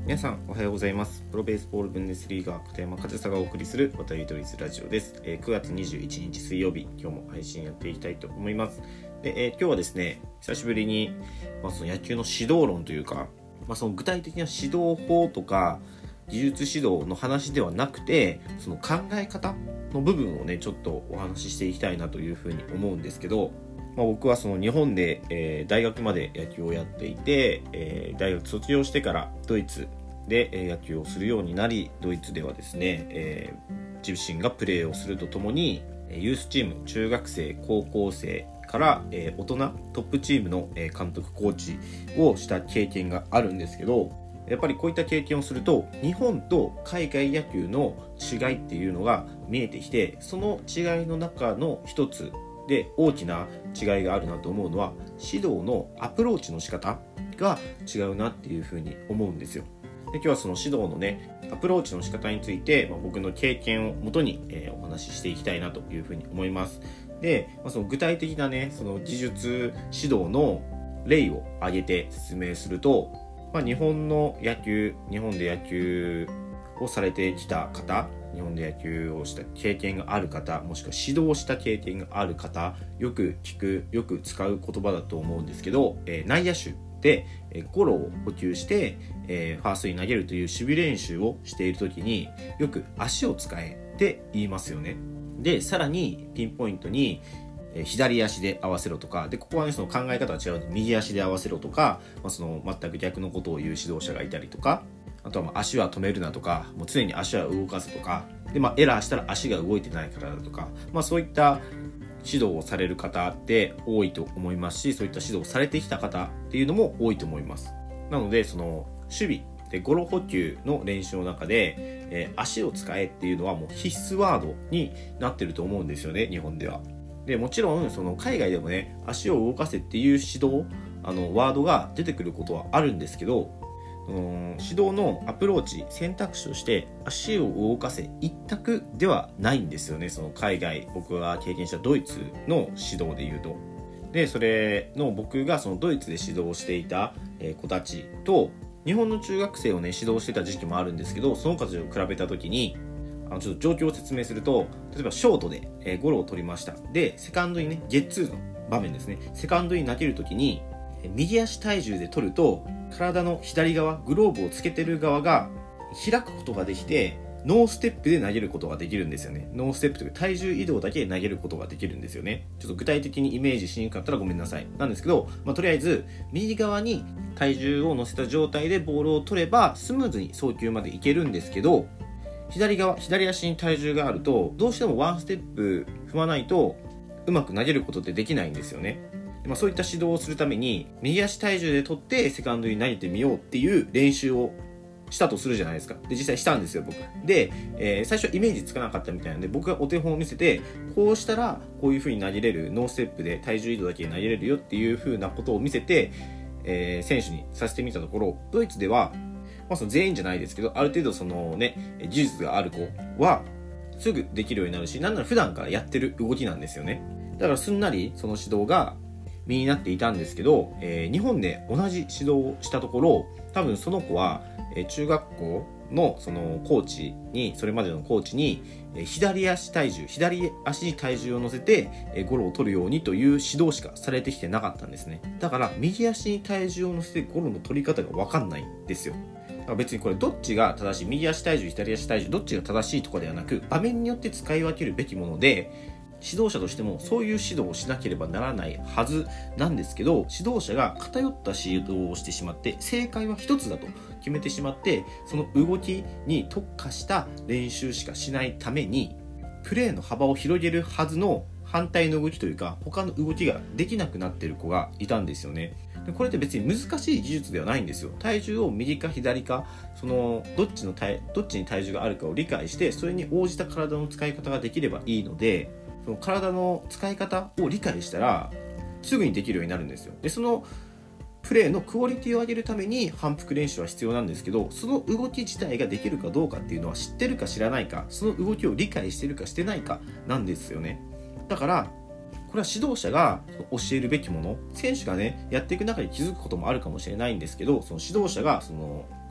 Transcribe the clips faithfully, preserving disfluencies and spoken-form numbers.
皆さんおはようございます。プロベースボールブンデスリーガー片山和沙がお送りする渡り鳥ラジオです。えー、くがつにじゅういちにち水曜日、今日も配信やっていきたいと思います。で、えー、今日はですね、久しぶりに、まあ、その野球の指導論というか、まあ、その具体的な指導法とか技術指導の話ではなくて、その考え方の部分をねちょっとお話ししていきたいなというふうに思うんですけど、まあ、僕はその日本で、えー、大学まで野球をやっていて、えー、大学卒業してからドイツで野球をするようになり、ドイツではですね、えー、自身がプレーをするとともにユースチーム、中学生、高校生から、えー、大人トップチームの監督コーチをした経験があるんですけど、やっぱりこういった経験をすると日本と海外野球の違いっていうのが見えてきて、その違いの中の一つで大きな違いがあるなと思うのは、指導のアプローチの仕方が違うなっていうふうに思うんですよ。で、今日はその指導のねアプローチの仕方について、まあ、僕の経験をもとに、えー、お話ししていきたいなというふうに思います。で、まあ、その具体的なねその技術指導の例を挙げて説明すると、まあ、日本の野球日本で野球をされてきた方、日本で野球をした経験がある方、もしくは指導した経験がある方、よく聞くよく使う言葉だと思うんですけど、えー、内野手でゴロを補給して、えー、ファーストに投げるという守備練習をしているときによく足を使えって言いますよね。で、さらにピンポイントにえー、左足で合わせろとか、でここはねその考え方が違うので右足で合わせろとか、まあ、その全く逆のことを言う指導者がいたりとか、あとはまあ足は止めるなとか、もう常に足は動かすとかで、まあ、エラーしたら足が動いてないからだとか、まあ、そういった指導をされる方って多いと思いますし、そういった指導をされてきた方っていうのも多いと思います。なのでその守備でゴロ補給の練習の中で、えー、足を使えっていうのはもう必須ワードになってると思うんですよね、日本では。でもちろんその海外でもね足を動かせっていう指導あのワードが出てくることはあるんですけど、うん、指導のアプローチ選択肢として足を動かせ一択ではないんですよね。その海外、僕が経験したドイツの指導でいうと、でそれの僕がそのドイツで指導していた子たちと日本の中学生をね指導してた時期もあるんですけど、その方を比べた時にあのちょっと状況を説明すると、例えばショートで、えー、ゴロを取りました。でセカンドにねゲッツーの場面ですね、セカンドに投げるときに右足体重で取ると体の左側、グローブをつけてる側が開くことができて、ノーステップで投げることができるんですよね。ノーステップという体重移動だけ投げることができるんですよね。ちょっと具体的にイメージしにくかったらごめんなさいなんですけど、まあ、とりあえず右側に体重を乗せた状態でボールを取ればスムーズに送球までいけるんですけど、左側、左足に体重があるとどうしてもワンステップ踏まないとうまく投げることってできないんですよね。まあ、そういった指導をするために右足体重で取ってセカンドに投げてみようっていう練習をしたとするじゃないですか。で実際したんですよ僕で、えー、最初イメージつかなかったみたいなので、僕がお手本を見せて、こうしたらこういう風に投げれる、ノーステップで体重移動だけで投げれるよっていう風なことを見せて、えー、選手にさせてみたところ、ドイツではまあ、その全員じゃないですけど、ある程度そのね技術がある子はすぐできるようになるし、なんなら普段からやってる動きなんですよね。だからすんなりその指導が身になっていたんですけど、えー、日本で同じ指導をしたところ、多分その子は、えー、中学校のそのコーチに、それまでのコーチに、えー、左足体重、左足に体重を乗せて、えー、ゴロを取るようにという指導しかされてきてなかったんですね。だから右足に体重を乗せてゴロの取り方が分かんないんですよ。別にこれどっちが正しい、右足体重左足体重どっちが正しいとかではなく、場面によって使い分けるべきもので、指導者としてもそういう指導をしなければならないはずなんですけど、指導者が偏った指導をしてしまって、正解は一つだと決めてしまって、その動きに特化した練習しかしないためにプレーの幅を広げるはずの反対の動きというか他の動きができなくなっている子がいたんですよね。これって別に難しい技術ではないんですよ。体重を右か左か、そのどっちの体どっちに体重があるかを理解して、それに応じた体の使い方ができればいいので、その体の使い方を理解したらすぐにできるようになるんですよ。でそのプレーのクオリティを上げるために反復練習は必要なんですけど、その動き自体ができるかどうかっていうのは知ってるか知らないか、その動きを理解してるかしてないかなんですよね。だからこれは指導者が教えるべきもの、選手がねやっていく中で気づくこともあるかもしれないんですけど、その指導者がその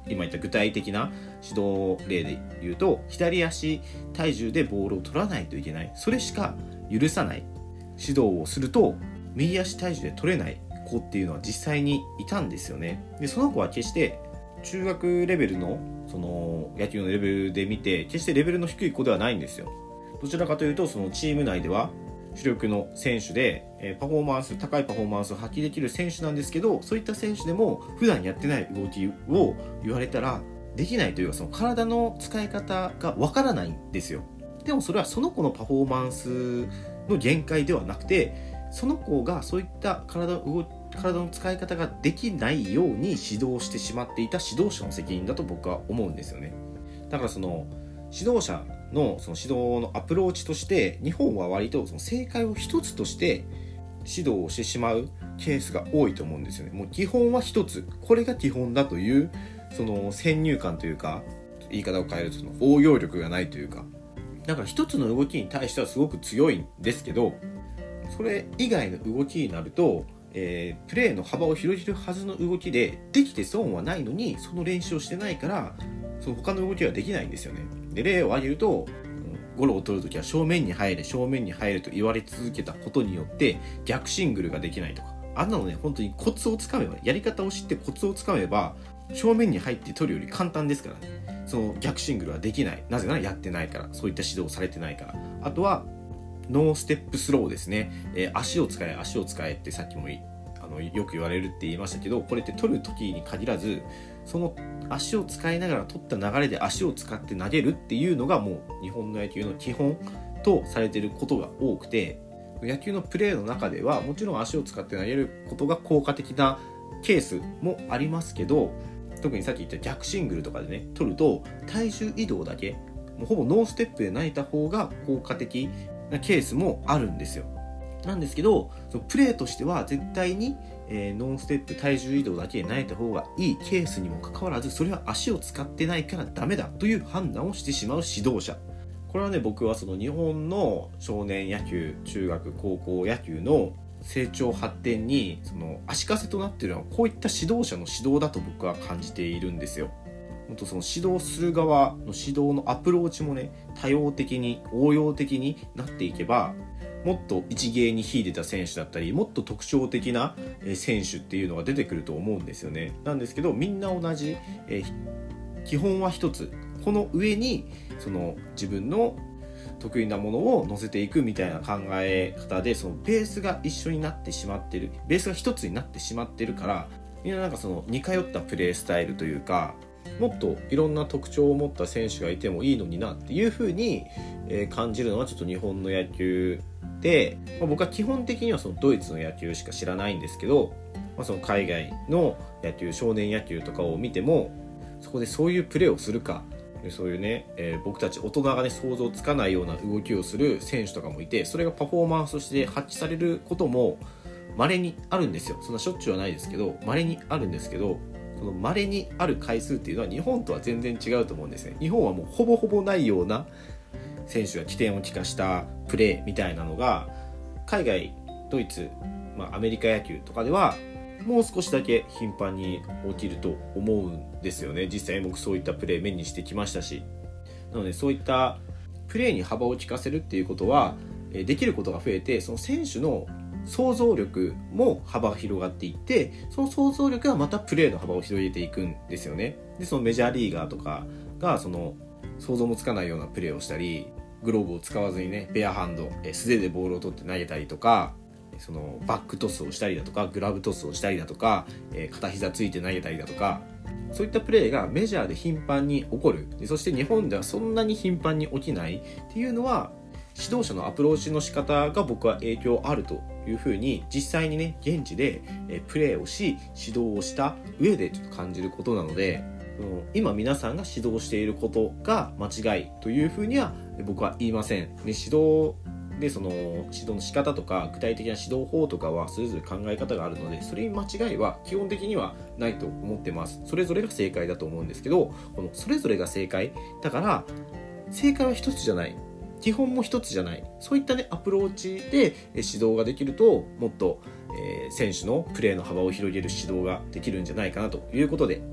今言った具体的な指導例で言うと、左足体重でボールを取らないといけない、それしか許さない指導をすると、右足体重で取れない子っていうのは実際にいたんですよね。でその子は決して中学レベルのその野球のレベルで見て決してレベルの低い子ではないんですよ。どちらかというとそのチーム内では主力の選手で、えー、パフォーマンス高いパフォーマンスを発揮できる選手なんですけど、そういった選手でも普段やってない動きを言われたらできないというか、その体の使い方がわからないんですよ。でもそれはその子のパフォーマンスの限界ではなくて、その子がそういった体の動き体の使い方ができないように指導してしまっていた指導者の責任だと僕は思うんですよね。だからその指導者のその指導のアプローチとして、日本は割とその正解を一つとして指導をしてしまうケースが多いと思うんですよね。もう基本は一つ、これが基本だというその先入観というか、言い方を変えるとその応用力がないというか、だから一つの動きに対してはすごく強いんですけど、それ以外の動きになるとえー、プレーの幅を広げるはずの動きでできて損はないのに、その練習をしてないからその他の動きはできないんですよね。で例を挙げると、うん、ゴロを取るときは正面に入れ正面に入れと言われ続けたことによって逆シングルができないとか、あんなのね本当にコツをつかめば、やり方を知ってコツをつかめば正面に入って取るより簡単ですからね。その逆シングルはできない、なぜならやってないから、そういった指導されてないから。あとはノーステップスローですね、えー、足を使え足を使えってさっきもあのよく言われるって言いましたけど、これって取る時に限らず、その足を使いながら取った流れで足を使って投げるっていうのがもう日本の野球の基本とされていることが多くて、野球のプレーの中ではもちろん足を使って投げることが効果的なケースもありますけど、特にさっき言った逆シングルとかでね取ると体重移動だけもうほぼノーステップで投げた方が効果的なケースもあるんですよ。なんですけど、そのプレーとしては絶対に、えー、ノンステップ体重移動だけで投げた方がいいケースにもかかわらず、それは足を使ってないからダメだという判断をしてしまう指導者、これはね僕はその日本の少年野球、中学高校野球の成長発展にその足かせとなっているのはこういった指導者の指導だと僕は感じているんですよ。本当その指導する側の指導のアプローチもね多様的に応用的になっていけば、もっと一芸に秀でた選手だったり、もっと特徴的な選手っていうのが出てくると思うんですよね。なんですけどみんな同じ、えー、基本は一つ、この上にその自分の得意なものを乗せていくみたいな考え方で、そのベースが一緒になってしまってる、ベースが一つになってしまってるから、みんななんかその似通ったプレースタイルというか、もっといろんな特徴を持った選手がいてもいいのになっていう風に感じるのはちょっと日本の野球で、まあ、僕は基本的にはそのドイツの野球しか知らないんですけど、まあ、その海外の野球、少年野球とかを見ても、そこでそういうプレーをするか、そういうね、えー、僕たち大人がね想像つかないような動きをする選手とかもいて、それがパフォーマンスとして発揮されることも稀にあるんですよ。そんなしょっちゅうはないですけど稀にあるんですけど、その稀にある回数っていうのは日本とは全然違うと思うんですね。日本はもうほぼほぼないような選手が起点を利かしたプレーみたいなのが、海外、ドイツ、まあ、アメリカ野球とかではもう少しだけ頻繁に起きると思うんですよね。実際僕そういったプレー目にしてきましたし、なのでそういったプレーに幅を利かせるっていうことはできることが増えて、その選手の想像力も幅が広がっていって、その想像力がまたプレーの幅を広げていくんですよね。でそのメジャーリーガーとかがその想像もつかないようなプレーをしたり、グローブを使わずにねベアハンド、素手でボールを取って投げたりとか、そのバックトスをしたりだとか、グラブトスをしたりだとか、片膝ついて投げたりだとか、そういったプレーがメジャーで頻繁に起こる。でそして日本ではそんなに頻繁に起きないっていうのは、指導者のアプローチの仕方が僕は影響あるというふうに、実際にね現地でプレーをし指導をした上でちょっと感じることなので、今皆さんが指導していることが間違いというふうには僕は言いません。で指導でその指導の仕方とか具体的な指導法とかはそれぞれ考え方があるので、それに間違いは基本的にはないと思ってます。それぞれが正解だと思うんですけど、このそれぞれが正解だから正解は一つじゃない、基本も一つじゃない、そういったねアプローチで指導ができると、もっと、えー、選手のプレーの幅を広げる指導ができるんじゃないかなということで、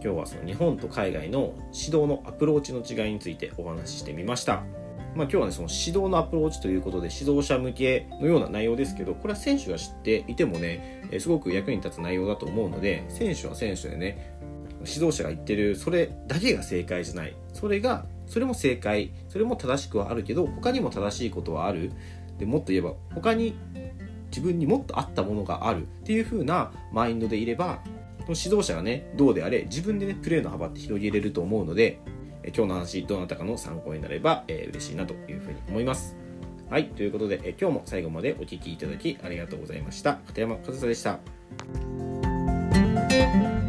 今日はその日本と海外の指導のアプローチの違いについてお話ししてみました。まあ、今日はねその指導のアプローチということで指導者向けのような内容ですけど、これは選手が知っていてもねすごく役に立つ内容だと思うので、選手は選手でね指導者が言ってるそれだけが正解じゃない、それがそれも正解、それも正しくはあるけど他にも正しいことはある、でもっと言えば他に自分にもっと合ったものがあるっていう風なマインドでいれば、指導者がねどうであれ自分でねプレーの幅って広げれると思うので、え今日の話どなたかの参考になれば、えー、嬉しいなというふうに思います。はい、ということで、え今日も最後までお聞きいただきありがとうございました。片山和沙でした。